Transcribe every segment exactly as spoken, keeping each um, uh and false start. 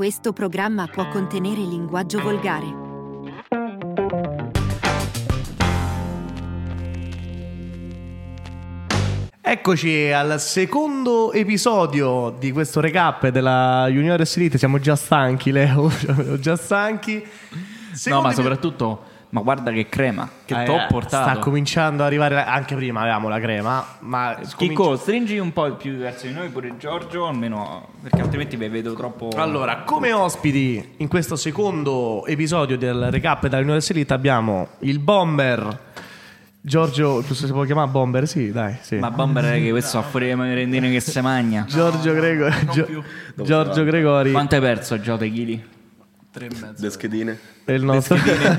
Questo programma può contenere linguaggio volgare. Eccoci al secondo episodio di questo recap della Juniores Elite. Siamo già stanchi, Leo. Siamo già stanchi. Secondo no, ma soprattutto, ma guarda che crema che eh, t'ho portato. Sta cominciando ad arrivare, anche prima avevamo la crema. Ma Chicco, cominci... stringi un po' più verso di noi pure Giorgio, almeno perché altrimenti vi vedo troppo. Allora, come ospiti in questo secondo episodio del recap della Juniores Elite abbiamo il Bomber Giorgio, si può chiamare Bomber? Sì, dai, sì. Ma Bomber è che questo ha fuori le merendine che si magna. Giorgio, no, Grego... Gio... Giorgio Gregori. Quanto hai perso, Gio, dei chili? Tre e mezzo. Le schedine. È il nostro,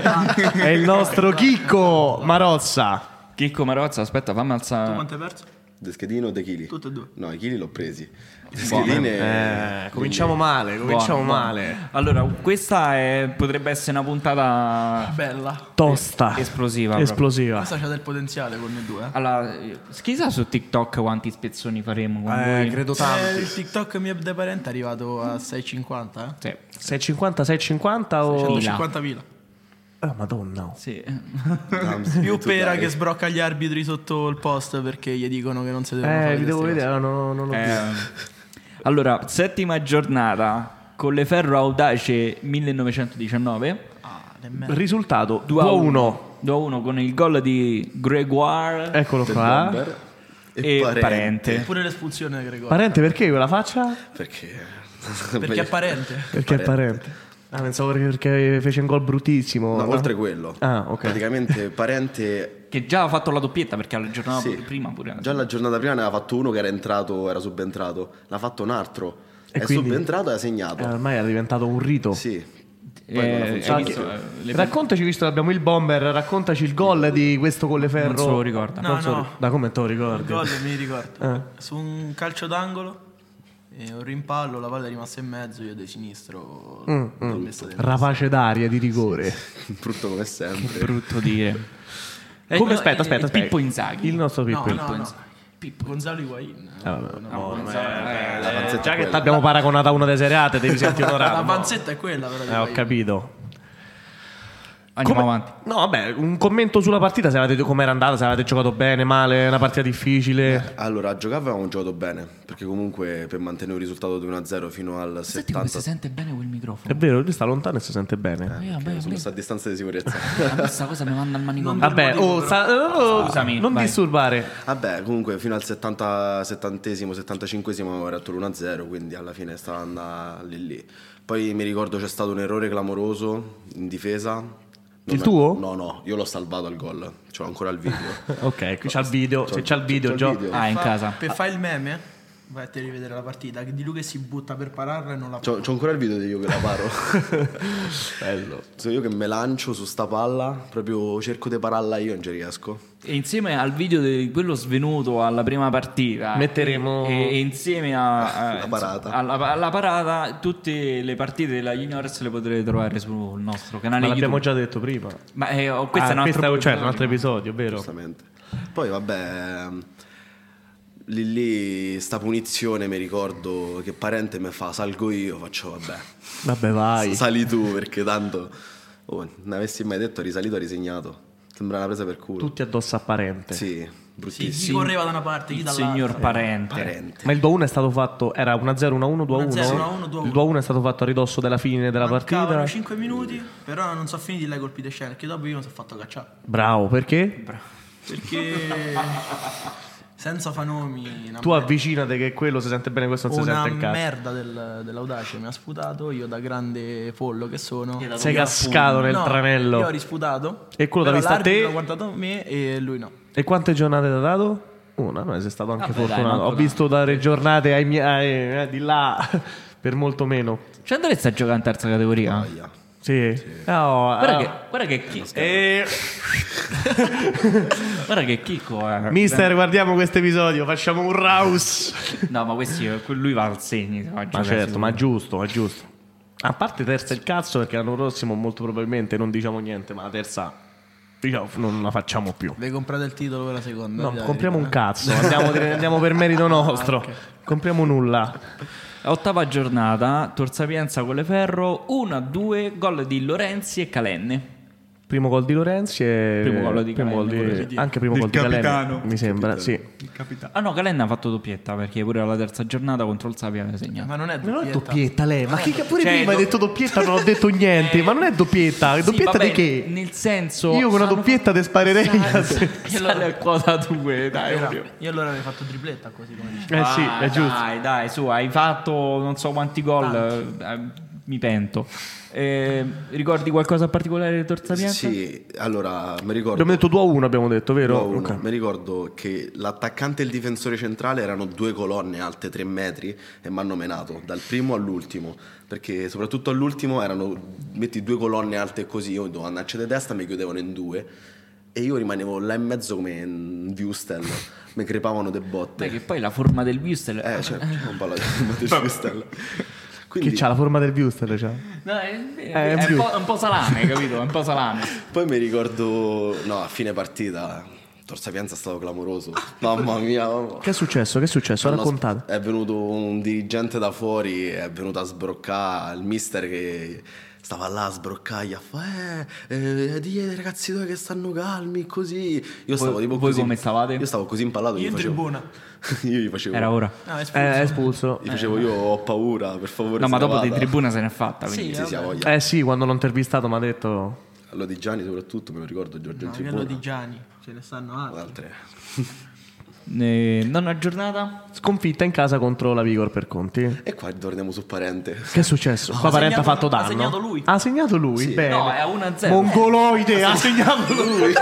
è il nostro Chicco Marozza. Chicco Marozza, aspetta, fammi alzare. Tu quanto hai perso? De schedine o de chili? Tutte e due. No, i chili l'ho presi. Le Buono. schedine... Eh, cominciamo male, cominciamo Buono, male. buono. Allora, questa è, potrebbe essere una puntata Bella. Tosta. esplosiva. Esplosiva. Questa c'ha del potenziale con noi due. Eh? Allora, chissà su TikTok quanti spezzoni faremo con Eh, voi. credo Eh, tanti. il TikTok mio dei parenti è arrivato a sei e cinquanta, eh? Sì. sei e cinquanta, sei e cinquanta o... centocinquantamila. Oh, madonna. Sì. Più pera che sbrocca gli arbitri sotto il post perché gli dicono che non si devono Eh, fare li devo queste vedere, no, no, non l'ho visto. Eh, allora, settima giornata, Colleferro Audace millenovecentodiciannove. cose. Ah, le merda. Risultato due a due a uno. due a uno con il gol di Gregoire Eccolo del qua. Bomber e, Parente. Parente. Pure l'espulsione di Gregorio. Parente, perché quella faccia? Perché? Perché è parente. Perché è parente. Ah, pensavo perché fece un gol bruttissimo. No, oltre quello. Ah, ok. Praticamente Parente... Che già ha fatto la doppietta perché alla giornata Sì. prima pure. Già la giornata prima ne aveva fatto uno che era entrato, era subentrato. L'ha fatto un altro. E è quindi- subentrato e ha segnato. Eh, ormai è diventato un rito. Sì. Eh, Poi non ha hai funzionato. visto, eh, le- Raccontaci, visto che abbiamo il Bomber, raccontaci il gol di questo Colleferro. Non se lo ricorda. No, Non so- no. Da come te lo Il ricordi? gol mi ricordo. Eh. Su un calcio d'angolo, e un rimpallo, la palla è rimasta in mezzo, io di sinistro Mm, l'ho mm. messa dentro. Rapace d'aria di rigore. Brutto come sempre. Brutto dire. Eh, Come no, aspetta, eh, aspetta, aspetta. Pippo Inzaghi. Il nostro No, Pippo. no, no. Pippo Gonzalo Higuain. Eh, vabbè. No, No, no, Gonzalo- eh, La panzetta Già è che quella. ti abbiamo paragonato a una delle serate, devi sentire onorato. La panzetta è quella però. di Eh, ho Higuain. capito. Andiamo Come- avanti. No, vabbè, un commento sulla partita, se avete, come era andata, se avete giocato bene, male, una partita difficile. Allora, a giocare avevamo giocato bene, perché comunque per mantenere un risultato di uno a zero fino al Senti come si settanta... sente bene quel microfono. È vero, lui sta lontano e si sente bene. Eh, vabbè, Sono sta a distanza di sicurezza. a me questa cosa mi manda al manicomio. Vabbè, oh, sta- oh, Scusami, non vai. disturbare. Vabbè, comunque fino al settanta, settantesimo, settantacinquesimo avevo retto l'uno a zero, quindi alla fine stava andando lì lì. Poi mi ricordo c'è stato un errore clamoroso in difesa. Non Il è- tuo? No, no, io l'ho salvato al gol. C'ho ancora il video. Ok, qui c'ha il video. Se c'ha il video, c'ho il Gio- video. Ah, in Fa- casa. Per fare il meme, vai a te rivedere la partita. Di lui che si butta per pararla e non la C'ho, c'ho ancora il video di io che la paro. Bello. Sono io che me lancio su sta palla, proprio cerco di pararla io, non ci riesco. E insieme al video di quello svenuto alla prima partita Metteremo- e, e insieme a, a- La parata. alla, alla parata tutte le partite della Juniors le potrete trovare sul nostro canale Ma l'abbiamo YouTube. già detto prima. Ma eh, oh, questo Ah, è un altro questo è- cioè, un episodio. altro episodio, vero? Giustamente. Poi vabbè, ehm, lì lì sta punizione mi ricordo che Parente mi fa salgo io, faccio vabbè. Vabbè, vai. Sali tu perché tanto oh, non avessi mai detto risalito ha risegnato. Sembra una presa per culo. Tutti addosso a Parente. Sì, Sì, bruttissimo. chi correva da una parte, chi Il dall'altra. signor Parente. Parente. Ma il due a uno è stato fatto, era uno a zero, uno a uno, due a uno? uno a zero, uno a uno, due a uno. Il due a uno è stato fatto a ridosso della fine della Mancavano partita. cinque minuti, però non sono finiti là i colpi di scena, perché dopo io mi sono fatto cacciare. Bravo, perché? Perché senza fa nomi, una Tu avvicinate che quello si sente bene, questo non si una sente in cazzo. merda del, dell'Audace mi ha sputato, io da grande follo che sono. Sei cascato nel No, tranello. Io ho risputato. E quello però l'ha visto a te? l'arbitro ha guardato me e lui no. E quante giornate ti ha dato? Una, no, sei stato anche Vabbè, dai, fortunato. manco Ho tanto. visto dare giornate ai miei eh, di là per molto meno. Ci andresti a giocare in terza categoria? Aia. Sì. Oh, Guarda, ah. che, guarda che chi- Eh, guarda che chicco è. mister, guardiamo questo episodio, facciamo un rouse. No, ma questi, lui va al segno. Ma certo, ma giusto, ma giusto. A parte terza il cazzo, perché l'anno prossimo molto probabilmente non diciamo niente, ma la terza Io non la facciamo più. Vi comprate il titolo per la seconda? No, Dai, compriamo un eh. cazzo, andiamo, andiamo per merito nostro. ok. Compriamo nulla. Ottava giornata, Tor Sapienza Colleferro uno a due, gol di Lorenzi e Calenne. Primo gol di Lorenzi e Primo gol di primo gol Calenne, di- anche primo del gol di Calenne, capitano. mi sembra, sì. Ah no, Calenne ha fatto doppietta perché pure alla terza giornata contro il Sapia aveva segnato. Ma non è Non è doppietta. doppietta lei, ma che pure Cioè, prima hai do- detto doppietta, non ho detto niente, ma non è doppietta, è Sì, doppietta vabbè, di che? Nel senso... Io con una hanno doppietta te sparerei. fatto- Sale a quota due, dai. Era- Mario. Io allora avevo fatto tripletta così come dici. Eh sì, Ah, è giusto. Dai, dai, su, hai fatto non so quanti gol, eh, mi pento. Eh, ricordi qualcosa particolare di Tor Sapienza? Sì, allora mi ricordo. Abbiamo detto due a uno, abbiamo detto, vero? due a uno. Ok. Mi ricordo che l'attaccante e il difensore centrale erano due colonne alte tre metri e mi hanno menato dal primo all'ultimo, perché soprattutto all'ultimo erano metti due colonne alte così, io dovevo andarci di testa, mi chiudevano in due e io rimanevo là in mezzo come un Wustel, mi crepavano de botte. Beh, che poi la forma del Wustel Eh, certo, non parlo di Wustel. Che c'ha la forma del Wustel, cioè. No, è, è- Eh, è più. un, po', un po' salame, capito? È un po' salame. Poi mi ricordo, no, a fine partita Tor Sapienza è stato clamoroso. Mamma mia, mamma. Che è successo? Che è successo? Hanno- Raccontate. È venuto un dirigente da fuori, è venuto a sbroccare il mister che stava là a sbroccare, a fare eh, eh, digli ai ragazzi due che stanno calmi, così. Io stavo tipo voi così. come stavate? Io stavo così impallato. Io gli in facevo- tribuna. io gli facevo. Era ora. No, è Eh, espulso. è espulso. Gli facevo io ho paura, per favore. No, ma se ne dopo di vada. tribuna se n'è fatta. Quindi. Sì, Sì, sì, ha vabbè. voglia. Eh sì, quando l'ho intervistato mi ha detto... Allora di Gianni soprattutto, me lo ricordo, Giorgio No, in quello tribuna. di Gianni, ce ne stanno altri. Altre. Eh, nonna giornata? Sconfitta in casa contro la Vigor per Conti. E qua torniamo su Parente. Che è successo? Qua Parente ha segnato- fatto danno. ha segnato lui. Ha segnato lui? Sì. Bene. No, è a uno a zero. Mongoloide, ha segnato lui.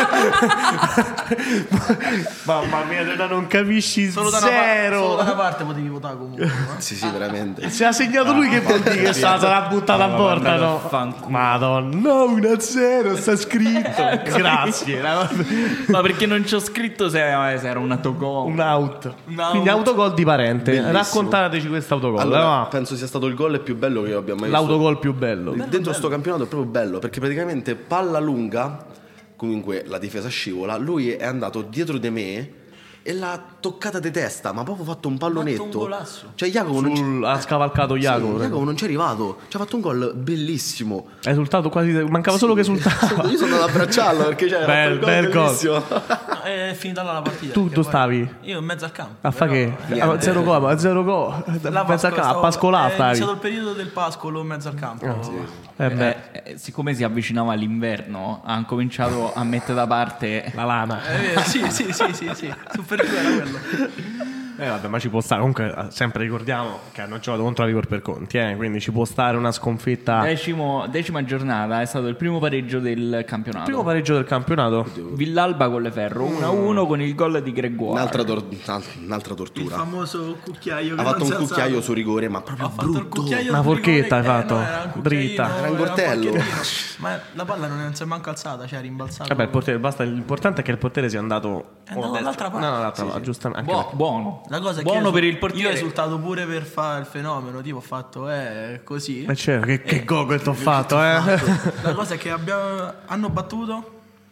Mamma mia, Lena, non capisci Solo da, una par- zero. solo da una parte potevi votare comunque. no? Sì, sì, veramente. Se ha segnato lui che vuol dire che sta, sarà buttata a porta, mandato no? a fanculo. Madonna, no, uno a zero, sta scritto. Grazie. Ma perché non ci ho scritto se, se era un autogol? Un out. Un out. Quindi autogol di Parente. Bellissimo. Raccontateci questo autogol. Allora, va. penso sia stato il gol più bello che io abbia mai visto. L'autogol più bello. Dentro sto campionato è proprio bello perché praticamente palla lunga, comunque la difesa scivola, lui è andato dietro di me e l'ha toccata di testa, ma proprio fatto un pallonetto. un golasso. Cioè Jacopo non, Sul- ha scavalcato sì, Jacopo. Jacopo non ci è arrivato, ci ha fatto un gol bellissimo. È esultato quasi. Mancava solo che esultava. Io sono andato ad abbracciarlo perché c'era Bel- fatto bel un gol. gol bellissimo. No, è finita là la partita. Tu perché dove poi- stavi? Io in mezzo al campo. A fa che? però, eh, A zero gol, a zero gol. là Pensa Pasco- a stavo- Pascolà È stavi. iniziato il periodo del pascolo in mezzo al campo. Eh beh, Eh, eh, siccome si avvicinava l'inverno, hanno cominciato a mettere da parte. la lana. È vero, sì, sì, sì, sì, sì. Su per due era quello. Eh vabbè, ma ci può stare. Comunque, eh, sempre ricordiamo che hanno giocato contro la Vigor per Conti, eh, quindi ci può stare una sconfitta. Decimo, decima giornata è stato il primo pareggio del campionato. Primo pareggio del campionato. Villalba con le Ferro uno a uno con il gol di Gregoire. Un'altra, tor- un'altra Il tortura. famoso cucchiaio che Ha fatto non un si cucchiaio alzava. su rigore, ma proprio Ha fatto il brutto. cucchiaio Una sul forchetta hai rigore. fatto? Eh, no, era un Dritta. cucchiaino, Era un coltello. forchettino. Ma la palla non si è manco alzata, cioè è rimbalzata. Vabbè, il portiere, basta, l'importante è che il portiere sia andato. È andato dall'altra parte. No, no, dall'altra parte, giustamente. anche Buo- perché- buono. La cosa è buono che io per esu- il portiere. Io ho esultato pure per fare il fenomeno, tipo ho fatto eh così. Eh, certo, che, che gol ti ho fatto, eh. La cosa è che abbiamo, hanno battuto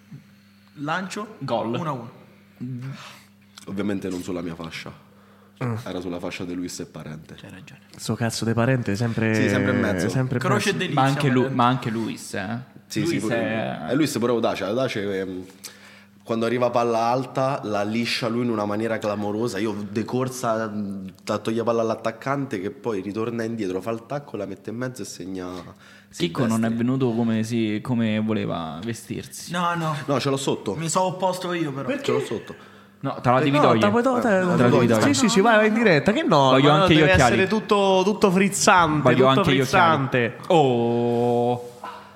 lancio Gol. uno a uno. Ovviamente non sulla mia fascia. Era sulla fascia di Luis e Parente. C'hai ragione. Sto cazzo di parente sempre. Sì, sempre in mezzo. Sempre in Croce e mezzo. delizia. Ma anche, lu- ma- ma anche Luis, eh. Sì, Luis sì, pure è- lui. E Luis pure Audace. Audace ehm, quando arriva palla alta la liscia lui in una maniera clamorosa. Io de corsa mh, da toglie palla all'attaccante che poi ritorna indietro, fa il tacco, la mette in mezzo e segna. Chicco non è Silvestri. venuto come, si, come voleva vestirsi. No, no. No, ce l'ho sotto. Mi sono opposto io però. Ce l'ho sotto. No, te la devi No, togliere. te la puoi to- te- te la devi sì, togliere. sì, sì, vai, vai in diretta. Che no, Voglio ma anche gli deve occhiali. essere tutto, tutto frizzante. Voglio tutto anche gli frizzante. occhiali. Oh,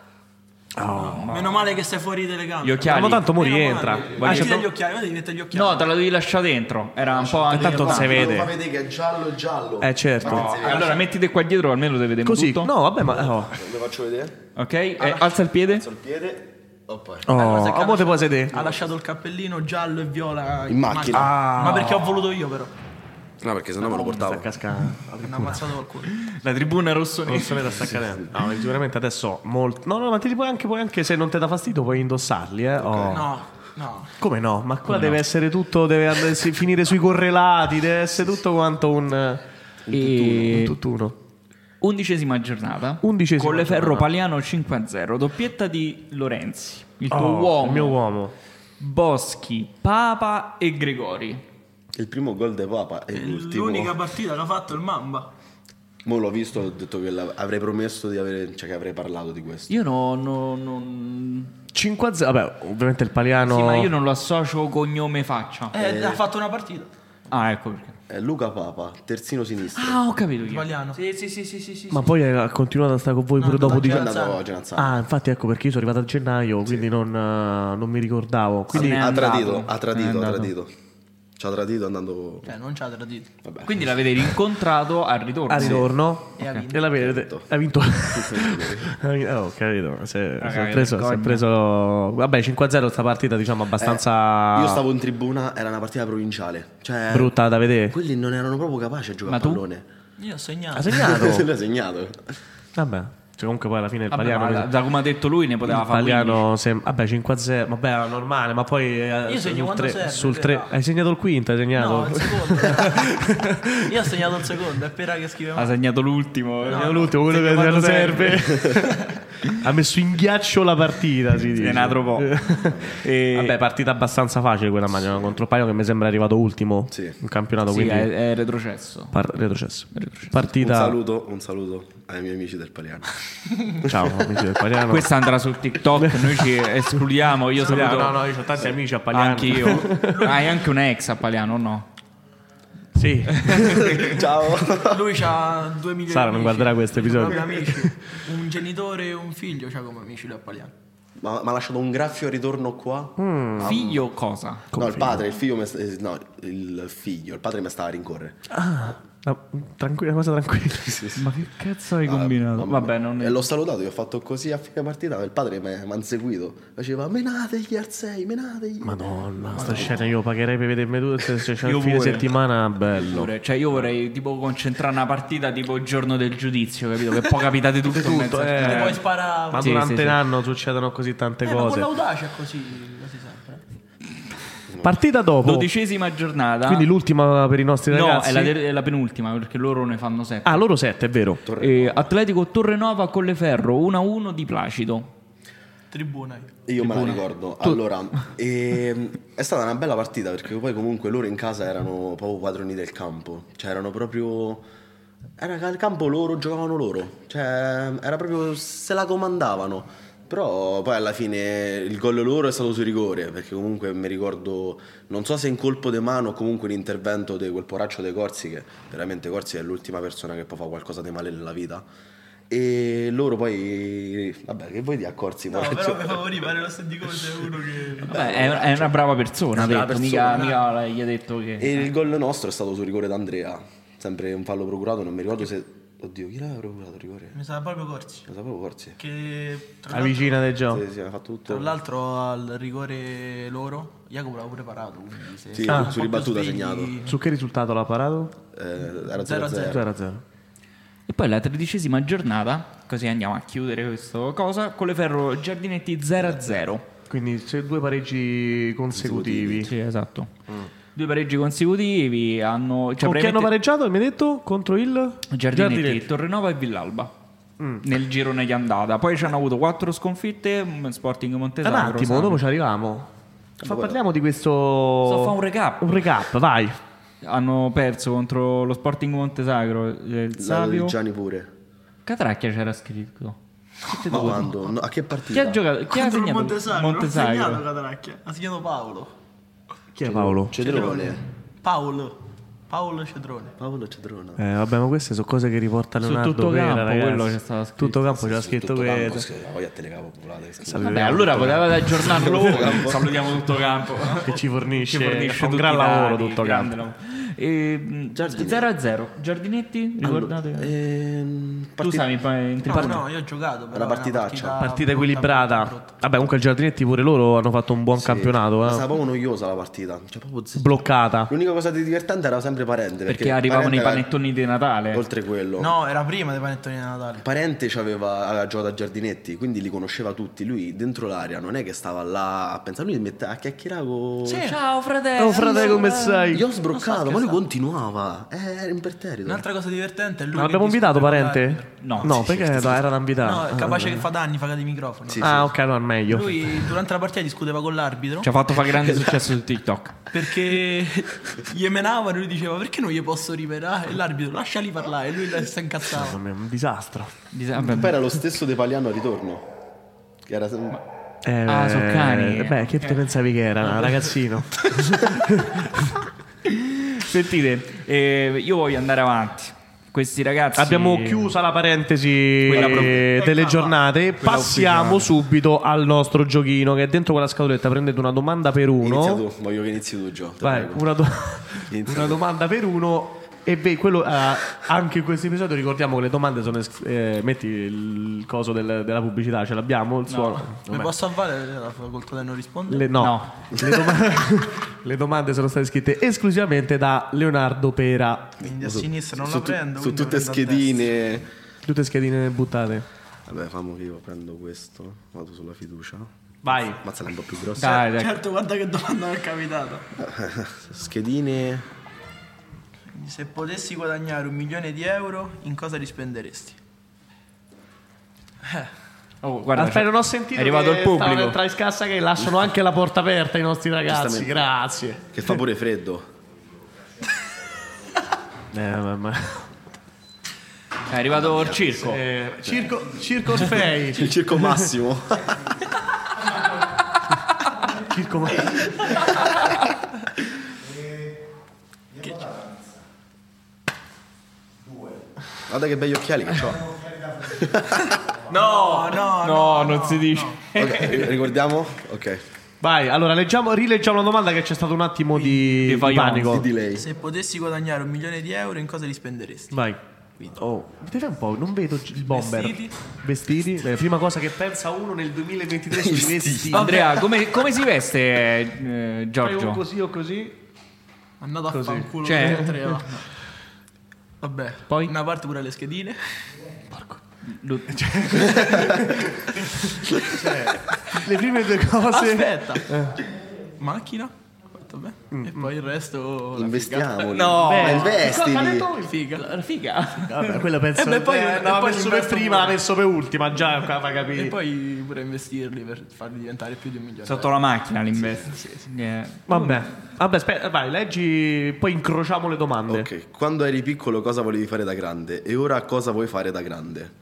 Meno male che stai fuori delle gambe. gli occhiali. Ma tanto mo Meno rientra. male. Vai, Metti c'è- gli occhiali, ma devi mettere gli occhiali. No, te la devi lasciare dentro. Era un po' anche tanto non si vede. Fa vedere che è giallo e giallo. Eh, certo. No, allora mettite qua dietro, almeno lo vedete Così, tutto. no, vabbè, ma. Oh, Lo faccio vedere. Ok, eh, alza il piede. Alzo il piede. Oppa. oh, La cosa è che a ha mo te puoi lasciato- sedere. Ha lasciato il cappellino giallo e viola In macchina. Ah. Ma perché ho voluto io però. No, perché sennò me lo portavo. Sta cascando. Hanno ammazzato qualcuno. La tribuna rossonera. Rossonera sta cadendo. No, sicuramente adesso molto. No, no, ma ti puoi anche, puoi anche se non ti dà fastidio, puoi indossarli, eh. Oh. No, no. Come no? Ma qua Come deve no? essere tutto, deve andare- si- finire sui correlati, deve essere tutto quanto un, un E tutt'uno. undicesima giornata. Undicesima Colleferro giornata. Paliano cinque a zero. Doppietta di Lorenzi. Il tuo Oh, uomo. il mio uomo. Boschi, Papa e Gregori. Il primo gol de Papa e l'ultimo. L'unica partita che ha fatto il Mamba. Mo l'ho visto, ho detto che la- avrei promesso di avere, cioè che avrei parlato di questo. Io no, no, non... cinque a zero. Vabbè, ovviamente il Paliano. Sì, ma io non lo associo cognome faccia. Eh, ha fatto una partita. Ah, ecco perché. È Luca Papa, terzino sinistro. Ah, ho capito chi. Italiano. Sì, sì, sì, sì, sì, sì. Ma poi ha continuato a stare con voi pure dopo È di andato a Genazzano. Ah, infatti, ecco perché io sono arrivato a gennaio, quindi non, eh, non mi ricordavo. Se Quindi n'è ha andato. tradito, ha È tradito, ha andato. tradito. Ci ha tradito andando. Cioè, non ci ha tradito. Vabbè. Quindi l'avete rincontrato al ritorno. a ritorno E ha vinto. e l'avete ha vinto. Oh, capito. Si è, Raga, si è che preso, si è vergogna. preso. Vabbè, cinque a zero sta partita, diciamo, abbastanza Io stavo in tribuna, era una partita provinciale. Cioè, brutta da vedere. quelli non erano proprio capaci a giocare Ma a tu? pallone. Io ho segnato. Ha segnato. Se l'ha segnato. Vabbè. Cioè, comunque poi alla fine il Vabbè, Paliano. ma da, da come ha detto lui ne poteva il fare Paliano sem- vabbè cinque a zero, vabbè era normale, ma poi eh, Io segno sul quando tre- serve, sul però. tre hai segnato il quinto, hai segnato. No, il secondo. Io ho segnato il secondo, è per che scrive Ha segnato l'ultimo. Segnato l'ultimo, quello che quando non serve. Ha messo in ghiaccio la partita, si dice. È un altro po'. E- Vabbè, partita abbastanza facile quella immagino contro il Paliano che mi sembra arrivato ultimo Sì. in campionato, Sì, quindi è, è retrocesso. par- retrocesso. Un Partita. saluto, un saluto ai miei amici del Paliano. Ciao, amici del Paliano. Questa andrà su TikTok, noi ci escludiamo. Io No, saluto no, no, io ho tanti amici a Paliano. anche io. Hai anche un ex a Paliano, no? Sì. Ciao. Lui ha due milioni Sara di non amici. guarderà questo I suoi episodio. propri amici. Un genitore e un figlio c'ha come amici lui a Paliano. Ma mi ha lasciato un graffio a ritorno qua. Figlio cosa? No, il padre, il figlio, mi sta- eh, no, il figlio, il padre mi stava a rincorrere. Ah, tranquilla, cosa tranquilla. Ma che cazzo hai combinato? Mamma Vabbè, mia. non E l'ho salutato, gli ho fatto così a fine partita. Il padre mi ha inseguito. Faceva menategli Arsei, menategli. Madonna, sta scena io pagherei per vedermi tutto. Se c'è Io il fine pure. settimana, bello. Pure. Cioè io vorrei tipo concentrare una partita tipo il giorno del giudizio, capito? Che poi capitate tutto, in Tutto, mezzo. eh. E poi spara. Ma Sì, durante sì, sì. l'anno succedono così tante Eh, ma con cose. l'audace è così, così sempre. Partita dopo. Dodicesima giornata. Quindi l'ultima per i nostri No, ragazzi. è la, è la penultima perché loro ne fanno sette. Ah, loro sette, è vero. E Atletico Torrenova Colleferro uno a uno di Placido. Tribuna. Io me la ricordo. Allora, ehm, è stata una bella partita perché poi comunque loro in casa erano proprio padroni del campo. Cioè erano proprio... Era il campo loro, giocavano loro. Cioè era proprio... se la comandavano. Però poi alla fine il gol loro è stato su rigore, perché comunque mi ricordo, non so se in colpo di mano o comunque l'intervento di quel poraccio dei Corsi, che veramente Corsi è l'ultima persona che può fare qualcosa di male nella vita. E loro poi, vabbè, che vuoi dire a Corsi? No, poraccio? però mi fa morire, pare lo sta di cose uno che... Beh, è, è una brava persona, ha Una brava detto. persona. Mica, mica gli ha detto che... E il gol nostro è stato su rigore d'Andrea, sempre un fallo procurato, non mi ricordo se... Oddio, chi l'aveva procurato il rigore? Mi sa proprio Corsi. Lo sapevo Corsi. Che tra La l'altro, vicina del gioco. Sì, sì, ha fatto tutto. tra l'altro al rigore loro, Jacopo l'aveva pure parato. Quindi se Sì, stavano un su po' più ribattuta svegli- segnato. Su che risultato l'ha parato? Eh, era zero a zero a zero. zero a zero. E poi la tredicesima giornata, così andiamo a chiudere questa cosa, Colleferro Giardinetti zero a zero. Quindi c'è due pareggi consecutivi. Sì, esatto. Due pareggi consecutivi hanno... Cioè Con chi hanno praticamente- pareggiato, mi hai detto? Contro il Giardinetti, Torrenova e Villalba. Nel girone di andata. Poi ci hanno avuto quattro sconfitte, Sporting Un Montesano. attimo, Rosario. dopo ci arriviamo. Fa- parliamo di questo. Sto a fare un recap. Un recap, vai. Hanno perso contro lo Sporting Montesagro, eh, il La Savio. Gianni pure. Catracchia c'era scritto. Ma quando? No, a che Chi partita? ha giocato? Chi ha Contro il segnato? Montesagro, non ha Montesagro. segnato Cataracchia, ha segnato Paolo. Chi è Paolo? Cedrone. Paolo. Paolo Cedrone. Paolo Cedrone. Eh, vabbè, ma queste sono cose che riporta Su Leonardo tutto Pera, campo, ragazzi. quello c'è stato scritto. Tutto campo c'era scritto Tutto campo, questo. scusa, poi a telecapo popolare. che schifo. Vabbè, allora potevate aggiornarlo voi. Salutiamo tutto campo. Che ci fornisce, Ci fornisce un tutti gran i lavoro dati, tutto grande campo. lavoro. E, zero a zero. Giardinetti, ricordate? Allora, ehm, Tu partita- sai, mi fa in No, no, io ho giocato. Però Una è partitaccia. partita Partita brutta, equilibrata. brutta, brutta. Vabbè, comunque i Giardinetti pure loro hanno fatto un buon Sì. campionato. Ma Eh. stava proprio noiosa la partita. Cioè, proprio z- Bloccata. L'unica cosa di divertente era sempre Parente. Perché, Perché, arrivavano i Parente era- panettoni di Natale. Oltre quello. No, era prima dei panettoni di Natale. Parente c'aveva, aveva giocato a Giardinetti, quindi li conosceva tutti. Lui dentro l'area non è che stava là a pensare, lui mette a chiacchierare con... Ciao fratello. Oh fratello, come stai? Io ho sbroccato, ma lui continuava. Eh, Era imperterrito. Un'altra cosa divertente è lui. Ma che abbiamo invitato discute con Parente? l'arbitro. No. No, perché no, era da invitato. No, è capace che fa danni, fa cadere i microfoni. Sì, Ah, ok, no, è meglio. Lui durante la partita discuteva con l'arbitro Ci ha fatto fare grande successo su TikTok. perché gli menavano e lui diceva perché non gli posso rivelare e l'arbitro lasciali parlare e lui si incazzava. Mamma mia, un disastro. Dice, vabbè, Poi era lo stesso De Paliano al ritorno. Che era sem- Eh, Ah, sono cani. eh, Beh, che te pensavi che era? Un ragazzino. Sentite, eh, io voglio andare avanti. Questi ragazzi Abbiamo chiusa la parentesi Quella pro- eh, delle giornate. Quella Passiamo ufficiale. subito al nostro giochino che è dentro quella scatoletta. Prendete una domanda per Inizia uno. tu, voglio che inizi tu, Gio. te Vai, prego. una, do- Inizia una tu. domanda per uno. E beh, quello, eh, anche in questo episodio ricordiamo che le domande sono. es- eh, metti il coso del- della pubblicità, ce l'abbiamo? Il suono? Mi Vabbè. posso avvalere la facoltà del non rispondere? Le, no, No. Le, doma- le domande sono state scritte esclusivamente da Leonardo Pera. Quindi a sinistra non Su, la tu- prendo. su quindi tutte la prendo a schedine. Tutte schedine buttate. Vabbè, famo che io prendo questo. Vado sulla fiducia. Vai. Mazzala un po' più grossa. Dai, destra. dai. Certo, guarda che domanda mi è capitata. Schedine. Se potessi guadagnare un milione di euro, in cosa li spenderesti? Oh, guarda, Aspetta, non ho sentito. è arrivato che il pubblico. stavano entrando in scassa che lasciano anche la porta aperta ai nostri ragazzi. Giustamente. Grazie. Che fa pure freddo. Eh, mamma. È arrivato il circo. Eh, circo, circo Orfei. Il circo Massimo. Circo Ma- Guarda che begli occhiali che ho. No, no, No, non si dice. Ok, ricordiamo? Ok. Vai, allora leggiamo, rileggiamo la domanda che c'è stato un attimo di, Di di vaillon, panico. Di delay. Se potessi guadagnare un milione di euro, in cosa li spenderesti? Vai. Oh, vedete un po', non vedo il bomber. Vestiti? Vestiti? Beh, prima cosa che pensa uno nel duemilaventitré sui Vestiti. vestiti. Andrea, come, come si veste eh, Fai un Giorgio? così o così. Andato a Così. fanculo Cioè- tutti e tre, va. Vabbè, Poi? una parte pure le schedine. Lu- Le prime due cose. Aspetta. Macchina. Fatto bene. E poi il resto la Investiamo. No. Beh, Ma investili. cosa ha detto? figa. La figa. Vabbè, quella penso. Eh beh, poi- eh, e l'aveva poi messo per investo prima, pure. l'ha messo per ultima. Già qua fa capire. E poi pure investirli per farli diventare più di un milione. Sotto la macchina l'investi. Eh, Vabbè, vabbè, aspetta, vai, leggi, poi incrociamo le domande. Ok, quando eri piccolo cosa volevi fare da grande? E ora cosa vuoi fare da grande?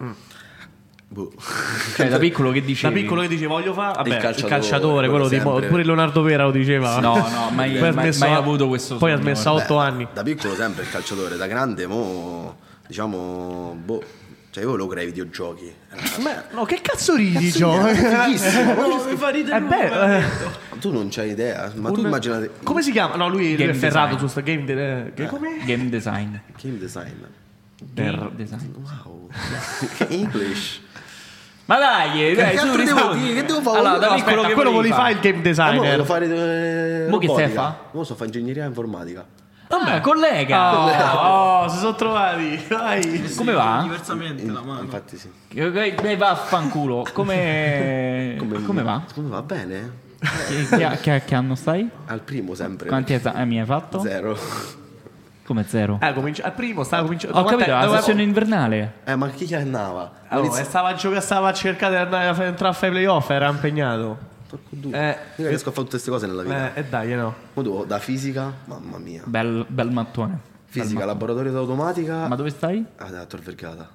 Boh. Cioè, da piccolo che dicevi? Da piccolo che dice voglio fare vabbè, Il il calciatore, calciatore, quello quello di sempre. pure Leonardo Pera lo diceva. No, no, mai- Poi ha mai- smesso mai a- avuto questo Poi ha sogno, smesso a Beh, otto anni. Da piccolo sempre il calciatore, da grande mo diciamo boh, cioè io volevo creare i videogiochi. Ma, no, che cazzo ridi, Gio? Fighissimo. No, mi fa ridere Eh lui, beh, me l'ha eh, detto. Tu non c'hai idea, ma tu un- immaginate come si chiama? No, lui, lui Game è ferrato design. su sta game. de- che come? Game design. game design. Game design. Wow. English. Ma dai, dai, Che su, altro devo rispondi. dire? Che devo fare? Allora, da No, piccolo Aspetta, che quello volevi volevi fare il game Ma mo designer. voglio fare eh, Mo che stai a robotica. fa? Mo so fare ingegneria informatica. Ah, collega. Oh, oh, si sono trovati. Vai. Come va? Diversamente la mano. Infatti sì. Dai, vaffanculo. Come... Come va? Come va bene? Che, che- che- che anno stai? Al primo sempre. Quanti esami hai fatto? Zero. Come zero? Eh, cominci- al primo stava cominciando. Ho capito, la sessione invernale. Eh, ma chi che andava? Oh, e stava a giocare, stava a cercare di andare a entrare a fare i playoff, era impegnato. Porco due. Eh. Io non riesco a fare tutte queste cose nella vita. Eh, e dai, no. Mo devo- da fisica, mamma mia. Bel, bel mattone. Fisica, laboratorio d'automatica. Ma dove stai? Ah, da Tor Vergata.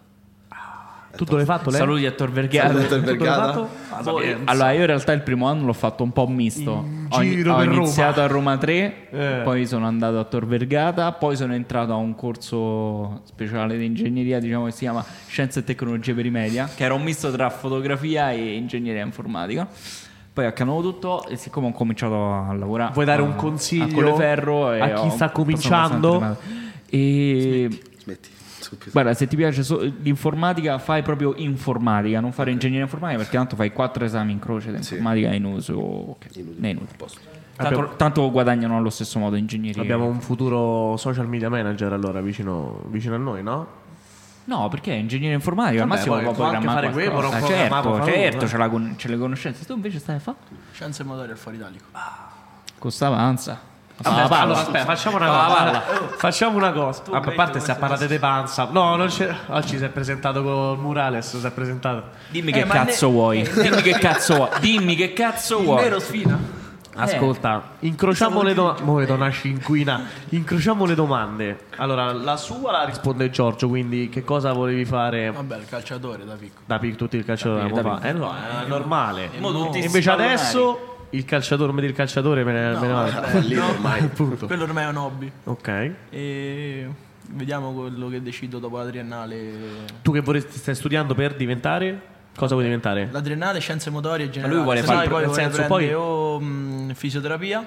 Tu dove l'hai fatto lei? Saluti a Tor Vergata. Saluti a Tor Tu dove l'hai Vergata. fatto? Ah, Poi- Sapienza. allora, io in realtà il primo anno l'ho fatto un po' misto. Ho, giro ho per iniziato Roma. a Roma tre, Eh. poi sono andato a Tor Vergata, poi sono entrato a un corso speciale di ingegneria, diciamo che si chiama Scienze e Tecnologie per i Media, che era un misto tra fotografia e ingegneria informatica. Poi accannavo tutto e siccome ho cominciato a lavorare, Vuoi dare a- un consiglio a Colleferro e a chi ho- sta sono cominciando? abbastanza tremato. E Smetti. subito. guarda, se ti piace so- l'informatica, fai proprio informatica, non fare ingegneria informatica, perché tanto fai quattro esami in croce di Sì. informatica in uso. ok, Inutile. è inutile. Posto. Tanto, Abbiamo- tanto guadagnano allo stesso modo ingegneria. Abbiamo un futuro social media manager allora vicino, vicino a noi, no? No, perché ingegneria informatica al Vabbè, massimo poi può può anche programmare fare quello, qualcosa. non Eh, programma, certo, può fare certo, uno, c'è, la con- c'è le conoscenze. Tu invece stai a fa? Scienze motorie al fuori italico. Costa avanza. Vabbè, Ah, allora, aspetta, facciamo una Ah, cosa. palla. Facciamo una cosa. A vedi parte come se sei parlate di panza. No, non c'è. Oggi si è presentato con Murales, si è presentato. Dimmi Eh, che ma cazzo ne- vuoi. Dimmi che cazzo vuoi. Dimmi che cazzo Il vuoi. nero sfida. Ascolta, incrociamo le domande. Mo' vedo una scinquina. Incrociamo le domande. Allora, la sua la risponde Giorgio, quindi che cosa volevi fare? Vabbè, il calciatore da piccolo. Da pic tutti il calciatore Da da pic- fa. Eh no, è normale. Mo tutti Invece spallonari. adesso il calciatore, come dire il calciatore, me ne, me ne vado. Eh, lì ormai. Appunto. Quello ormai è un hobby. Ok. E vediamo quello che decido dopo la triennale. Tu che vorresti stai studiando per diventare? Cosa vuoi diventare? La triennale scienze motorie generali. lui vuole Se fare- no, poi nel vuole senso, prendere poi- o mh, fisioterapia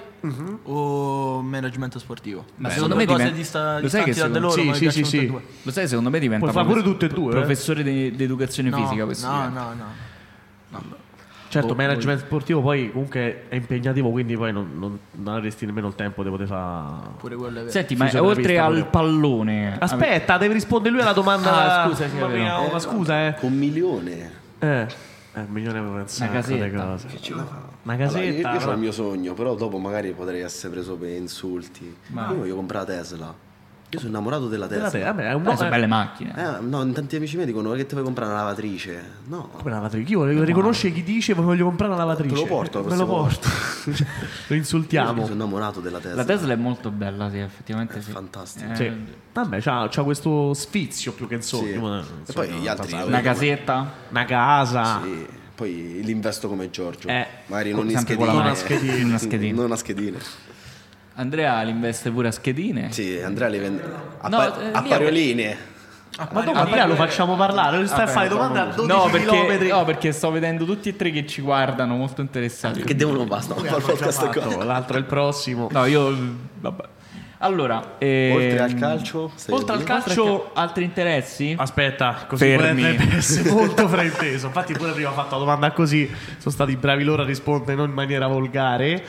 o management sportivo. Ma Sono secondo due me cose diventa- dista- lo sai che distanti da secondo- loro, sì, ma sì, mi sì, piacciono tutte sì. e due. Lo sai, secondo me diventa Puoi fare pure profes- tutte e due, eh? professore di, di educazione No, fisica questo. no, dia. no, no. Certo, Boh, management sportivo poi comunque è impegnativo, quindi poi non, non, non avresti nemmeno il tempo di poter fare. Pure quello è vero. Senti, ma Fisioterapista oltre al pure. pallone, Aspetta, deve rispondere lui alla domanda. Ah, scusa, sì, è ma, vero. ma- ma scusa, eh. Un milione. Eh, eh, un milione per pensare Una a quelle casetta. cose. Una Allora, io, casetta. io ho il mio sogno, però dopo magari potrei essere preso per insulti. Io voglio comprare la Tesla. Io sono innamorato della Della Tesla. te- vabbè, è un eh, sono eh, belle macchine. Eh, no, tanti amici miei dicono che ti vuoi comprare una lavatrice. No. come una lavatrice? Chi vuole riconosce chi dice voglio comprare una lavatrice? Te lo porto la Me lo prossima porto. Lo Io insultiamo. sono innamorato della Tesla. La Tesla è molto bella, sì, effettivamente sì. fantastica. Eh, Sì. Vabbè, c'ha, c'ha questo sfizio più che il sogno. Sì. ma- E insomma, poi gli altri... Una casetta. Una casa. Sì. Poi l'investo come Giorgio. Eh, magari con- non in sempre schedine. con la Una schedina. Una schedina. Non a schedine. Andrea li investe pure a schedine. Sì, Andrea li vende a, No, pa- eh, a lì- parioline. Ma dopo Andrea lo facciamo parlare, lui stai a fare domande a dodici No perché, chilometri. no, perché sto vedendo tutti e tre che ci guardano molto interessati. Che devono basta. No, fare il podcast qua. Fatto, l'altro è il prossimo. No, io vabbè. Allora, ehm, Oltre al calcio, stai oltre al a dire? calcio, altri interessi? aspetta, così Fermi. potrebbe essere molto frainteso. Infatti, pure prima ho fatto la domanda così. Sono stati bravi loro a rispondere, non in maniera volgare.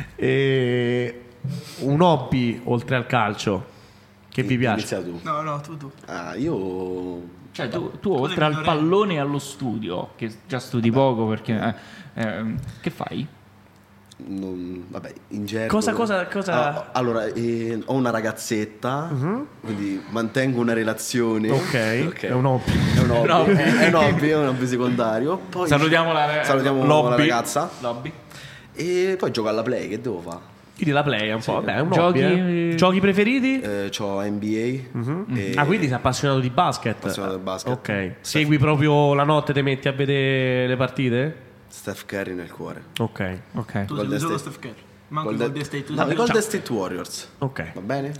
E un hobby oltre al calcio che vi piace? Inizia tu. No, no, tu, tu. Ah, io... Cioè, tu, tu oltre al pallone e allo studio, che già studi poco perché eh, ehm, che fai? non- vabbè, in gergo... Cosa- cosa- cosa- Ah, allora, eh, ho una ragazzetta, quindi mantengo una relazione. Ok, è un hobby. È un hobby, è un hobby, è un hobby secondario. Poi Salutiamo la- salutiamo Lobby. la ragazza. Lobby. E poi gioco alla play, che devo fare? Quindi la play è un po'. Vabbè, è un Giochi- hobby. eh. Giochi preferiti? Eh, c'ho N B A. e- Ah, quindi sei appassionato di basket? Appassionato del basket. Ok. Segui proprio la notte, ti metti a vedere le partite? Steph Curry nel cuore. Ok, ok. Tu Golden sei solo State. Steph Curry. Manco i Golden- Golden State. tu No, sei- i Golden State Warriors. Ok. Va bene?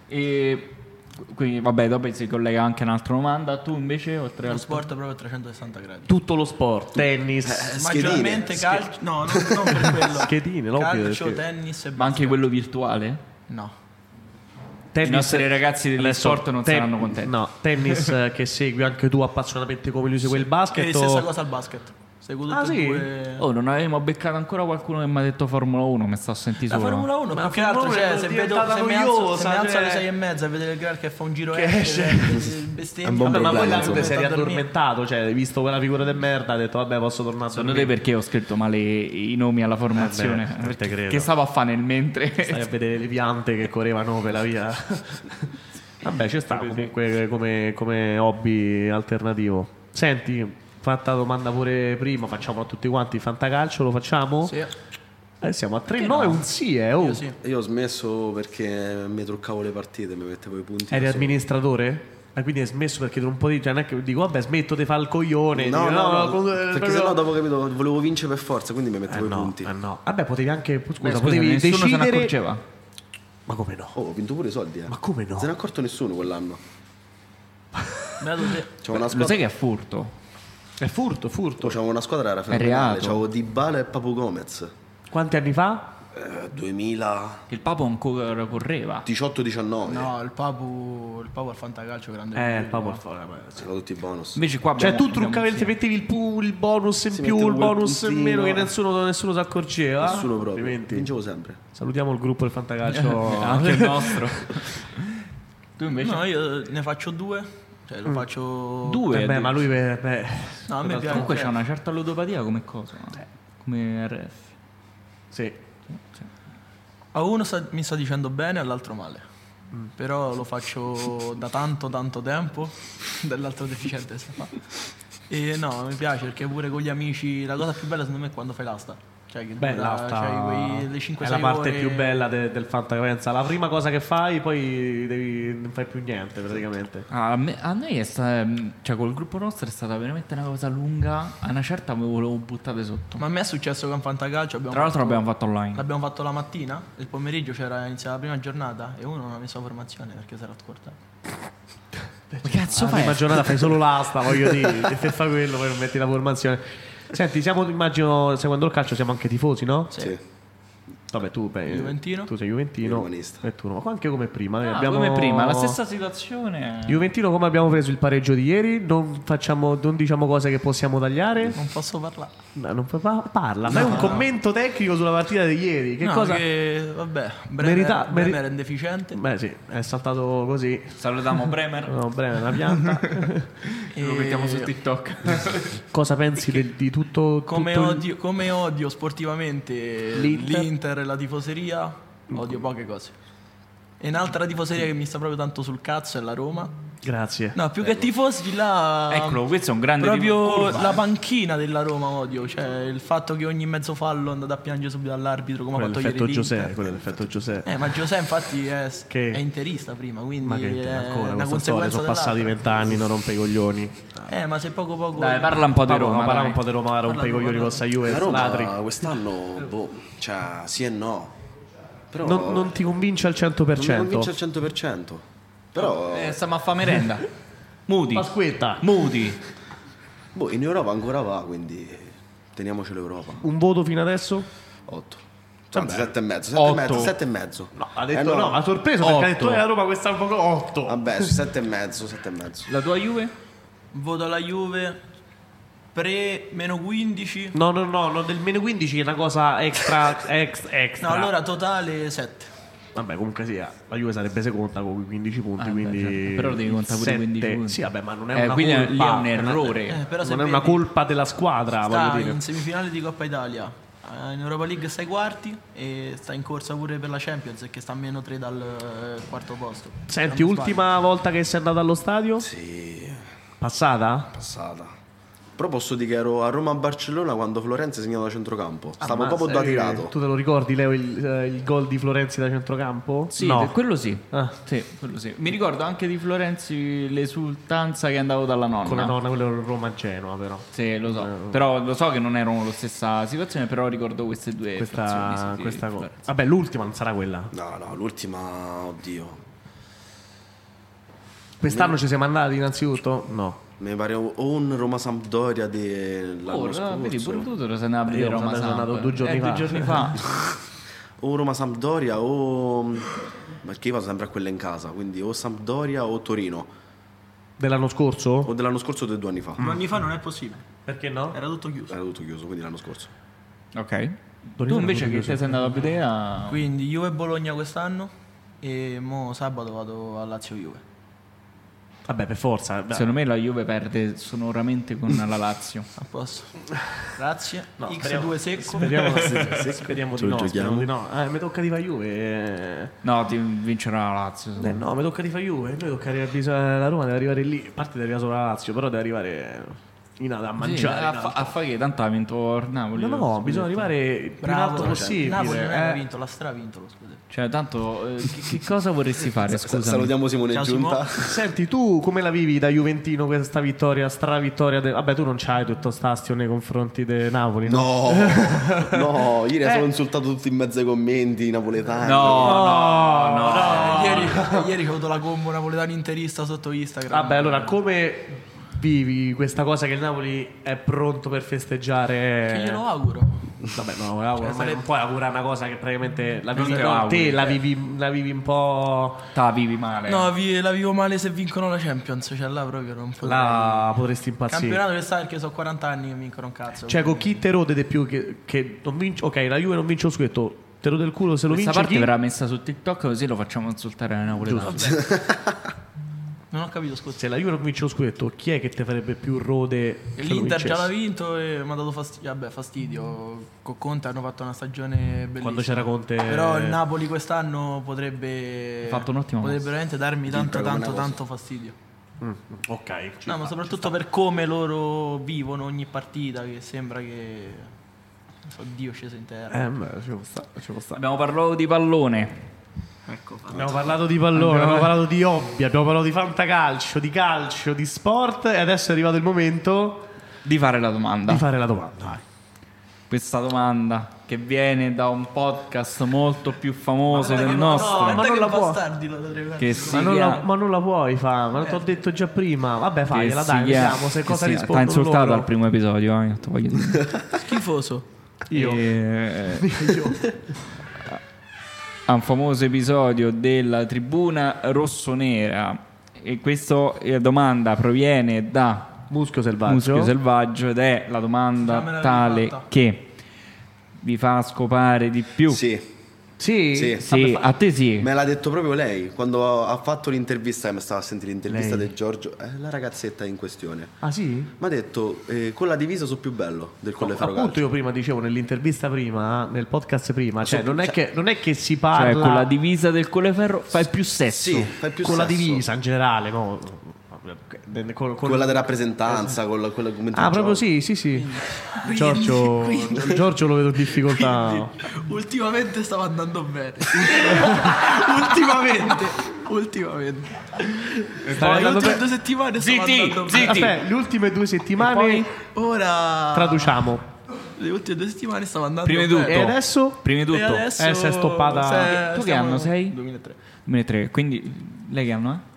E quindi vabbè, dopo si collega anche un'altra domanda. Tu invece oltre Lo al sport proprio a trecentosessanta gradi. Tutto lo sport, tennis, Eh, Maggiormente schedine. calcio. No, non, non per quello. schedine, l'hobby delle Calcio, schedine. tennis e ma anche basket. quello virtuale? No. tennis. I nostri ragazzi degli Adesso, sport non te- saranno contenti. No, tennis eh, che segui anche tu appassionatamente come lui segue il basket. E o- stessa cosa al basket. Seguo tutti Ah, e sì? due. Oh, non avevamo beccato ancora qualcuno che mi ha detto Formula uno, mi sto a sentire La solo. Formula uno, Ma più che la altro, Formula cioè, uno se, è vedo, diventata se mi alzo, noiosa, se mi alzo alle cioè. sei e mezza a vedere il Gral che fa un giro Che esce, esce. bestemmia, È un buon Vabbè, ma poi problema, là tu ti sei sta a dormire. riaddormentato, cioè hai visto quella figura di merda, hai detto vabbè posso tornare a Secondo dormire. te perché ho scritto male i nomi alla formazione? Eh beh, non te credo. Che stavo a fare nel mentre? Stai a vedere le piante che correvano per la via. Vabbè, ci sta comunque come, come hobby alternativo. Senti, fatta la domanda pure prima, facciamo a tutti quanti fantacalcio, lo facciamo? Sì, Eh, siamo a tre no e un sì, eh. Oh. io sì. Io ho smesso perché mi truccavo le partite, mi mettevo i punti. Eri da solo. amministratore? E quindi hai smesso perché per un po' di... Cioè non è che dico vabbè smetto di fare il coglione. No, dico, no, no, con- perché proprio- sennò dopo capito volevo vincere per forza, quindi mi Eh mettevo i no, punti. eh no. Vabbè potevi anche... Scusa, Beh, scusa, potevi nessuno se ne decidere... accorgeva. Ma come no? Oh, ho vinto pure i soldi, eh. Ma come no? Non se ne è accorto nessuno quell'anno. Beato te. C'è una Lo squadra. sai che è furto? È furto, furto. C'avevo una squadra era fenomenale, reato. c'avevo Dybala e Papu Gomez. Quanti anni fa? Eh, duemiladiciotto Il Papo ancora correva. diciannove. No, il Papu, il Papu al Fantacalcio grande. Eh, il figlio. Papo al fuori, vabbè, sì. C'erano tutti i bonus. Invece qua Cioè abbiamo- tu truccavamente abbiamo- mettevi il, pu- il bonus in Sì, più, mettevo il quel bonus in puntino, meno che eh. nessuno, nessuno si accorgeva. Nessuno proprio. Altrimenti Vincevo sempre. salutiamo il gruppo del Fantacalcio. anche il nostro. Tu invece? No, io ne faccio due. Cioè, lo faccio. Due. Eh beh, ma lui beh, beh, No, a me piace. Comunque c'è una certa ludopatia come cosa, come R F. sì. A uno sta- mi sta dicendo bene, all'altro male. Però lo faccio da tanto tanto tempo. Dell'altro deficiente sta fa. E no, mi piace perché pure con gli amici la cosa più bella secondo me è quando fai l'asta. Cioè che Beh, dura, l'alta c'hai quei, le cinque è la sei parte ore. più bella de- del Fantacapenza. La prima cosa che fai, poi devi, non fai più niente praticamente. Ah, a, me- a noi è stata, cioè col gruppo nostro è stata veramente una cosa lunga. A una certa mi volevo buttare sotto. Ma a me è successo con Fantacalcio. Abbiamo Tra l'altro fatto- l'abbiamo fatto online. L'abbiamo fatto la mattina, il pomeriggio c'era iniziata la prima giornata e uno non ha messo la formazione perché si era scordato. Ma cazzo La fai? prima giornata fai solo l'asta, voglio dire, e se fai quello poi non metti la formazione. Senti, siamo, immagino, seguendo il calcio siamo anche tifosi, no? Sì. Vabbè, tu, beh, Juventino. tu sei Juventino Romanista. e tu no, ma anche come prima. noi Ah, abbiamo... come prima, la stessa situazione. Juventino, come abbiamo preso il pareggio di ieri, non facciamo, non diciamo cose che possiamo tagliare. Non posso parlare. No, non puoi pa- parla, fai un commento tecnico sulla partita di ieri. Che no, cosa? che vabbè, Bremer, Merita- meri- Bremer è deficiente. Beh, sì, è saltato così. Salutiamo Bremer. No, breve, una pianta. Lo mettiamo su TikTok. Cosa pensi del- di tutto? Come, tutto il- odio, come odio sportivamente L'Inter. l'Inter e la tifoseria, odio poche cose. E un'altra tifoseria che mi sta proprio tanto sul cazzo è la Roma. Grazie. No, più che tifosi là. Eccolo, questo è un grande Proprio tifo- la panchina della Roma odio. Cioè il fatto che ogni mezzo fallo è andato a piangere subito all'arbitro, come ha Quello è fatto ieri l'effetto l'Inter. Giuseppe, quello è l'effetto Giuseppe. Eh, ma Giuseppe infatti è, Che? è interista prima, quindi Ma che è ancora una questa storia? conseguenza Sono passati dell'altra. vent'anni, non rompe i coglioni. Eh, ma se poco poco. Dai, parla un po' di Parla Roma. parla dai. un po' di Roma, rompe i Parla tu, coglioni parla con sta Juve, La Roma ladri. quest'anno, boh, cioè sì e no. Però Non, non ti convince al cento per non mi cento. convince al cento per cento. Però Eh, stiamo a fare merenda. Moody. Pasquetta, Moody. boh, in Europa ancora va, quindi teniamoci l'Europa. un voto fino adesso? otto. Anzi, sette e mezzo, sette Otto. e mezzo, sette e mezzo. No, ha detto Eh, no, ha sorpreso perché ha detto Otto. eh, la Roma quest'anno poco otto. Vabbè, su sette e mezzo, sette e mezzo. La tua Juve? Voto alla Juve pre meno quindici. No, no, no, no, del meno quindici è una cosa extra, ex, extra. No, allora totale sette. Vabbè, comunque sì, la Juve sarebbe seconda con quindici punti, Ah, beh, quindi certo. Però devi contare pure sette. quindici punti. Sì, vabbè, ma non è Eh, una quindi colpa. lì è un non è- errore. Eh, però se non è una vedi, colpa della squadra, sta voglio dire. in semifinale di Coppa Italia. Eh, In Europa League sta ai quarti e sta in corsa pure per la Champions che sta a meno tre dal eh, quarto posto. Senti, Se non mi ultima volta che sei andato allo stadio? Sì, Passata? passata. Però posso dire che ero a Roma-Barcellona quando Florenzi segnava da centrocampo. Stavo Ammazza, proprio da eh, tirato. Tu te lo ricordi, Leo, il, eh, il gol di Florenzi da centrocampo? Sì, no. de- quello sì. Ah. Sì, quello sì. Mi ricordo anche di Florenzi l'esultanza che andavo dalla nonna. Con la nonna, quello era Roma-Genoa, però. Sì, lo so. Eh, Però lo so che non erano la stessa situazione, però ricordo queste due Questa, frazioni, sì, di questa cosa. Florenzi. Vabbè, l'ultima non sarà quella. No, no, l'ultima, oddio. Quest'anno ci siamo andati innanzitutto? No. Mi pare o un Roma-Sampdoria dell'anno Oh, scorso. vedi, pure tu te lo sei andato a Io vedere sono Roma andato- sono Samp. andato due giorni Eh, fa. due giorni fa. O Roma-Sampdoria o... Perché io vado sempre a quelle in casa, quindi o Sampdoria o Torino. Dell'anno scorso? O dell'anno scorso o di due anni fa. Due anni fa non è possibile. Perché no? Era tutto chiuso. Era tutto chiuso, quindi l'anno scorso. Ok. Torino Tu invece era che tutto te sei andato a vedere a... Quindi Juve e Bologna quest'anno e mo sabato vado a Lazio Juve. Vabbè, per forza. dai. Secondo me la Juve perde sonoramente con la Lazio. A posto. Grazie. No, X due secco. Speriamo, speriamo di Ce lo no. Speriamo giochiamo? di no. Eh, mi tocca di fare Juve. No, ti vincerà la Lazio. Eh, no, mi tocca di fare Juve. Noi tocca arrivare, bisogna- la Roma deve arrivare lì. A parte deve arrivare solo la Lazio, però deve arrivare in alto a Sì, mangiare. a, in fa, alto. a fare che tanto ha vinto il Napoli. No, no, lo no, bisogna scudetto. arrivare il più in Bravo, alto cioè, possibile. il Napoli non ha eh. vinto, l'ha stravinto lo scudetto. Cioè, tanto eh, che, che cosa vorresti fare? Sa- Scusa. Salutiamo Simone Ciao, Giunta. Senti, tu come la vivi da Juventino questa vittoria, stra vittoria? de- Vabbè, tu non c'hai tutto stastio nei confronti di Napoli, no? No, no, ieri ha solo insultato tutti in mezzo ai commenti i napoletani. No, no, no. Eh, ieri, ieri ho avuto la combo napoletano interista sotto Instagram. Vabbè, allora, come vivi questa cosa che il Napoli è pronto per festeggiare? Che glielo auguro. Vabbè, no, me auguro, Cioè, ma sarebbe- non puoi augurare una cosa che praticamente la Non vivi te lo no, auguri, te la eh. vivi, la vivi un po'. Ta vivi male. No, vi- la vivo male se vincono la Champions. Cioè là proprio non potrei. Là potresti impazzire. Campionato che sta perché sono quaranta anni che vincono un cazzo. Cioè, con quindi- chi te rode di più che, che non vince? Ok, la Juve non vince lo scudetto, te rode il culo se lo Questa vince parte chi? verrà messa su TikTok così lo facciamo insultare ai napoletani. Non ho capito, scusa. Se la Juve non vince lo scudetto, chi è che ti farebbe più rode? se lo L'Inter già l'ha vincesse? vinto e mi ha dato fastidio. Vabbè, fastidio. Con Conte hanno fatto una stagione bellissima. Quando c'era Conte. Però il Napoli quest'anno potrebbe. Ha fatto un'ottima Potrebbe mossa. veramente darmi tanto, come una tanto, cosa. tanto fastidio. Mm, ok. ci No, sta, ma ci soprattutto sta. per come loro vivono ogni partita, che sembra che. Non so, Dio sceso in terra. Eh, beh, ci può stare, ci può stare. Abbiamo parlato di pallone. Ecco, Abbiamo parlato di pallone, abbiamo parlato di hobby, abbiamo parlato di fantacalcio, di calcio, di sport e adesso è arrivato il momento Di fare la domanda. di fare la domanda. Questa domanda che viene da un podcast molto più famoso Guarda del che- nostro. no, ma non la può. bastardi lo dovrei fare. Che si Ma non, la, chiama- ma non la puoi fare, ma te l'ho detto già prima. Vabbè, che fagliela, si dai, chiama- vediamo se che cosa si- rispondono T'ha insultato loro. al primo episodio, eh, te voglio dire. Schifoso. Io. E- Io. a un famoso episodio della tribuna rossonera e questa domanda proviene da Muschio selvaggio. Muschio Selvaggio ed è la domanda Già me l'avevi tale fatta. che vi fa scopare di più. Sì, Sì, Sì. Sì, a te sì. me l'ha detto proprio lei quando ha fatto l'intervista, mi stava a sentire l'intervista Lei. di Giorgio, eh, la ragazzetta in questione. Ah sì? Mi ha detto, eh, con la divisa sono più bello del Colleferro Appunto Calcio. io prima dicevo nell'intervista prima, nel podcast prima, cioè So- non è, cioè- che, non è che si parla Cioè, con la divisa del Colleferro fai più sesso. Sì, fai più con la sesso. divisa in generale, no? Con, con- Quella di rappresentanza, con la, quella come Ah, proprio sì, sì, sì. Giorgio, quindi- Giorgio lo vedo in difficoltà. Quindi, ultimamente stava andando bene. ultimamente. Ultimamente. Stava Poi le andando ultime bene. due settimane stava Zitti, andando zitti. bene. Aspetta, le ultime due settimane Ora. traduciamo. Le ultime due settimane stava andando Prima di bene. tutto. E adesso? Prima di E tutto, adesso Eh, si è stoppata- se- Tu che stiamo- anno sei? duemilatré. duemilatré, quindi lei che anno è?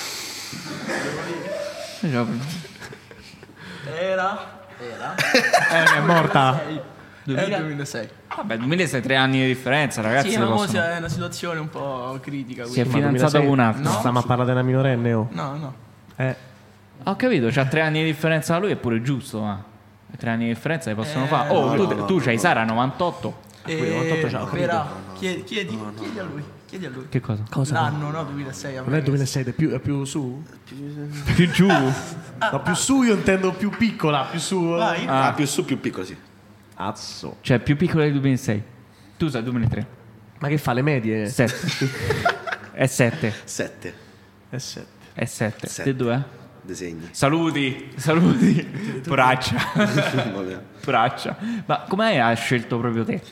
Era. Era. Eh, è morta. Era il duemilasei. Vabbè, duemilasei, tre anni di differenza, ragazzi. Sì, le ma mo possono- è una situazione un po' critica. Si è quindi- fidanzata con un altro. No. Stiamo a parlare di una minorenne, oh. No, no. Eh. Ho capito, c'ha tre anni di differenza da lui, è pure giusto, ma tre anni di differenza li possono Eh, fare. Oh, no, tu, no, no, tu no, c'hai no. Sara novantotto. E... novantotto c'ha, ho capito. Vera, chiedi, chiedi, chiedi a lui. Chiedi a lui. Che cosa? L'anno, no? duemilasei. a Non me è duemilasei, è più, è più su? Più giù. No, più su io intendo più piccola, più su. Vai. Ah, più su, più piccolo, sì. Cazzo. Cioè, più piccola del duemilasei. Tu sei duemilatré. Ma che fa le medie? sette. È sette. Sette Eh, sette. È sette. Sette. Te due? disegni. Saluti. Saluti. Poraccia. Vabbè. Poraccia. Ma come hai scelto proprio te?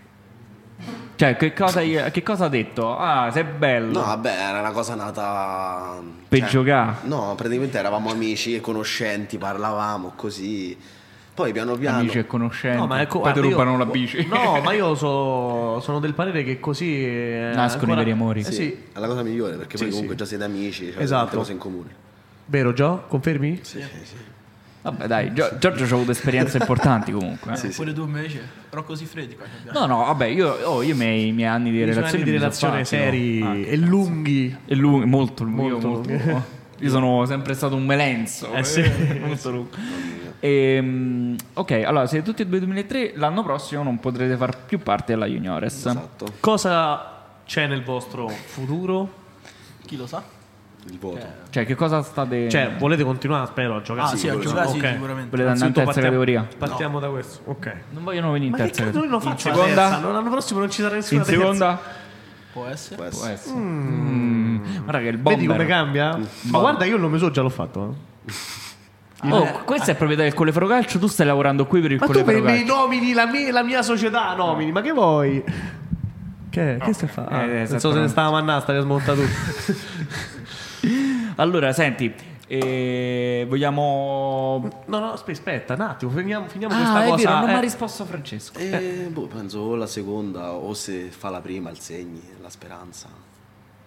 Cioè, che cosa, hai- che cosa ha detto? Ah, sei bello. No, vabbè, era una cosa nata Per cioè, giocare. No, praticamente eravamo amici e conoscenti, parlavamo così. Poi piano piano Amici e conoscenti. No, ma ecco, Poi ti guarda, io- rubano la bici. No, ma io so- sono del parere che così eh, Nascono ancora- i veri amori. Eh, sì, sì. è la cosa migliore perché Sì, poi comunque sì. già siete amici, cioè Esatto. tante cose in comune. Vero Gio? Confermi? Sì, sì, sì. Vabbè, dai, Gio- Giorgio ci ha avuto esperienze importanti comunque. eh. Sì, sì. Pure tu invece? Rocco Siffredi qua che abbiamo. No, no, vabbè, io, oh, io i miei, i miei anni di I suoi relazione anni di me li relazione sono fatti, seri no? Ah, e lunghi. e lunghi, molto lunghi. Io, Molto molto- lunghi. io sono sempre stato un melenzo. Eh, sì. molto lungo. Ehm, ok, allora, siete tutti e due duemilatré, l'anno prossimo non potrete far più parte della Juniores. Esatto. Cosa c'è nel vostro futuro? Chi lo sa? Il voto. Cioè, che cosa state... Cioè, volete continuare, spero, a giocare? Ah, sì, a quello giocare sì, Ok. sicuramente. Volete andare in terza partiamo, categoria? Partiamo da questo. Ok. Non vogliono venire in Ma che terza cazzo, noi categoria. non faccio In la terza. seconda? No, l'anno prossimo non ci sarà nessuna In terza. seconda? Può essere. Può essere. Può essere. Mm. Guarda che il bomber... Vedi come cambia? Ma guarda, io il nome so già l'ho fatto. eh. Oh, questa è proprietà del Colleferro Calcio, tu stai lavorando qui per il Ma tu Colleferro per me Calcio. nomini la mia, la mia società, nomini, ma che vuoi? Che, che stai a fare? Ah, Eh, non so se esattamente. ne stava mannata, stavi a smontare tutto. Allora, senti, eh, vogliamo... No, no, aspetta, aspetta, un attimo, finiamo, finiamo Ah, questa è cosa. vero, non mi ha eh. risposto Francesco. E boh, penso o la seconda o se fa la prima il segni, la speranza.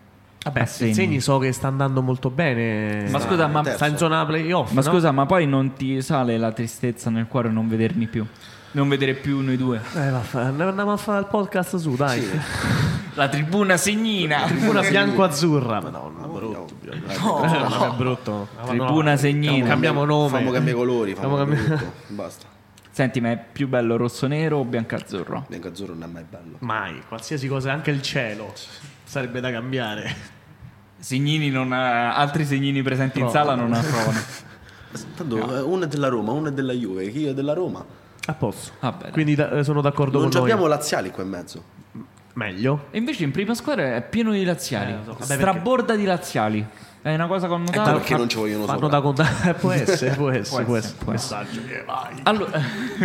Vabbè, Segni. Segni so che sta andando molto bene. Ma scusa, ma sta in zona playoff. Ma no? scusa, ma poi non ti sale la tristezza nel cuore non vederni più? Non vedere più noi due? Eh, va, andiamo a fare il podcast su, dai. Sì. La tribuna Segnina. Tribuna bianco-azzurra. Madonna, brutto. No, no, è brutto. Tribuna Segnina. Cambiamo nome. Fammo cambiare colori, fammo Fammo cambiare cambiare- tutto. Basta. Senti, ma è più bello rosso-nero o bianco-azzurro? Bianco-azzurro non è mai bello. Mai, qualsiasi cosa, anche il cielo sarebbe da cambiare. Segnini non ha, altri segnini presenti in No. sala non approvano. Tanto eh, uno è della Roma, uno è della Juve, chi è della Roma. A posto. Va bene. Quindi da- sono d'accordo Non con noi. abbiamo laziali qua in mezzo. Meglio. E invece in prima squadra è pieno di laziali. Eh, lo so. Vabbè, Straborda di laziali. È una cosa connotata. Perché non ci vogliono Fanno sopra? da contare. può essere, può essere, può essere, essere. può Messaggio che vai. Allora,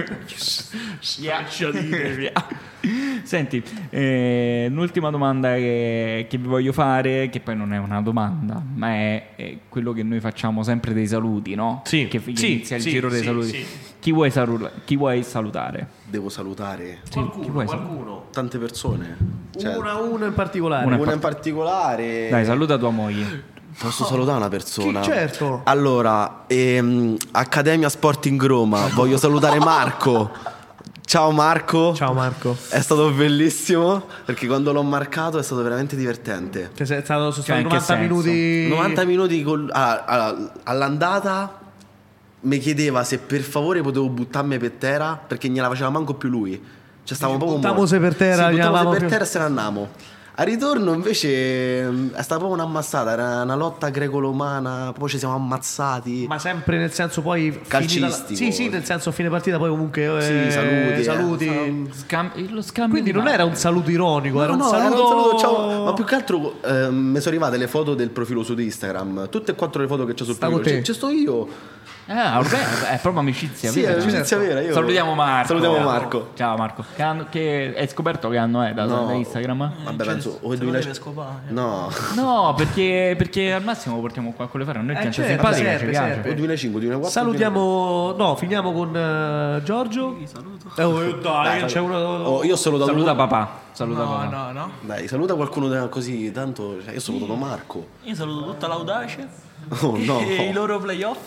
senti, eh, l'ultima domanda che, che vi voglio fare, che poi non è una domanda, ma è, è quello che noi facciamo sempre dei saluti, no? Sì, Che fi- sì, inizia il sì, giro dei sì, saluti. sì. Chi, vuoi salu- chi vuoi salutare? Devo salutare Sì, chi Qualcuno, vuoi salutare? qualcuno. tante persone. Cioè, Una, uno in particolare. Una- una in particolare. Dai, saluta tua moglie. Posso salutare una persona? Chi? Certo. Allora, ehm, Accademia Sporting Roma, voglio salutare Marco. Ciao Marco. Ciao Marco. È stato bellissimo perché quando l'ho marcato è stato veramente divertente. Cioè, sei stato, sono Cioè, stati in che novanta senso? minuti. novanta minuti col- ah, ah, all'andata mi chiedeva se per favore potevo buttarmi per terra perché gliela faceva manco più lui. Cioè stavamo proprio Buttamose morti. per terra, Sì, gli buttamose avevamo per più- terra e se ne andammo. Al ritorno invece mh, è stata proprio un'ammazzata, era una lotta greco-romana, poi ci siamo ammazzati. Ma sempre nel senso poi finita la- Calcistico. Sì, sì, nel senso a fine partita poi comunque Sì, eh, saluti, eh. saluti. Scam- lo scambio Quindi di non mano. era un saluto ironico, era un No, no, saluto, era un saluto, ciao. Ma più che altro eh, mi sono arrivate le foto del profilo su Instagram, tutte e quattro le foto che c'è sul Stavo profilo. te. C'è, c'è sto io. Ah, vabbè, è proprio amicizia Sì, vera. è amicizia vera. Io... Salutiamo Marco. Salutiamo Marco. Ciao Marco. Che, anno- che hai scoperto che anno è da, No. da Instagram? Vabbè, penso o Se il lo duemila deve scopare. No, No, perché, perché al massimo portiamo qua con le fare. A noi Eh, gente certo, simpatica, serve, ci piace. serve. o duemilacinque, duemilaquattro. Salutiamo, no, finiamo con eh, Giorgio. Eh, oh, dai, c'è uno. Oh, io ho salutato Saluta uno- papà. Saluta No, papà. no, no. Dai, saluta qualcuno da- così, tanto cioè, io ho salutato Marco. Io saluto tutta l'Audace Oh no. e i loro playoff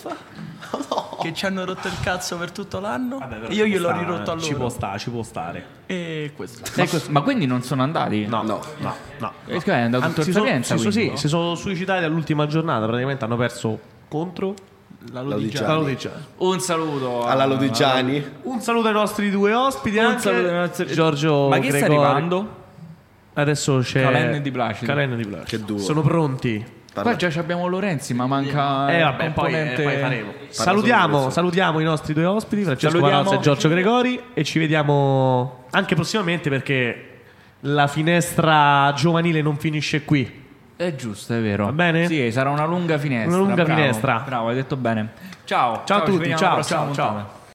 che ci hanno rotto il cazzo per tutto l'anno. Vabbè, però Io ci gliel'ho sta, ridotto a Ci può loro. stare, ci può stare. E questo. Ma, ma quindi non sono andati? No, No. no, no. Eh, scusa, è andato tutto Anzi, il si sono- Sapienza, si sono- quindi? sì, si sono suicidati all'ultima giornata, praticamente hanno perso contro La Lodigiani. Lodigiani. la Lodigiani. Un saluto Alla Lodigiani. Un saluto ai nostri due ospiti, Un anche saluto ai nostri- Giorgio Ma chi sta Gregori. arrivando? Adesso c'è Calen e Di Placido. Calen e Di Placido. Che duo. Sono pronti. Parla- Qua già ci abbiamo Lorenzi, ma manca Eh il vabbè, poi, eh, componente- poi faremo. solo Salutiamo, questo. salutiamo i nostri due ospiti, Francesco Salutiamo. Palazzo e Giorgio Gregori, e ci vediamo anche prossimamente perché la finestra giovanile non finisce qui. È giusto, è vero. Va bene? Sì, sarà una lunga finestra. Una lunga bravo, finestra. Bravo, hai detto bene. Ciao. Ciao a ci tutti, vediamo ciao, alla prossima ciao, ciao. puntata.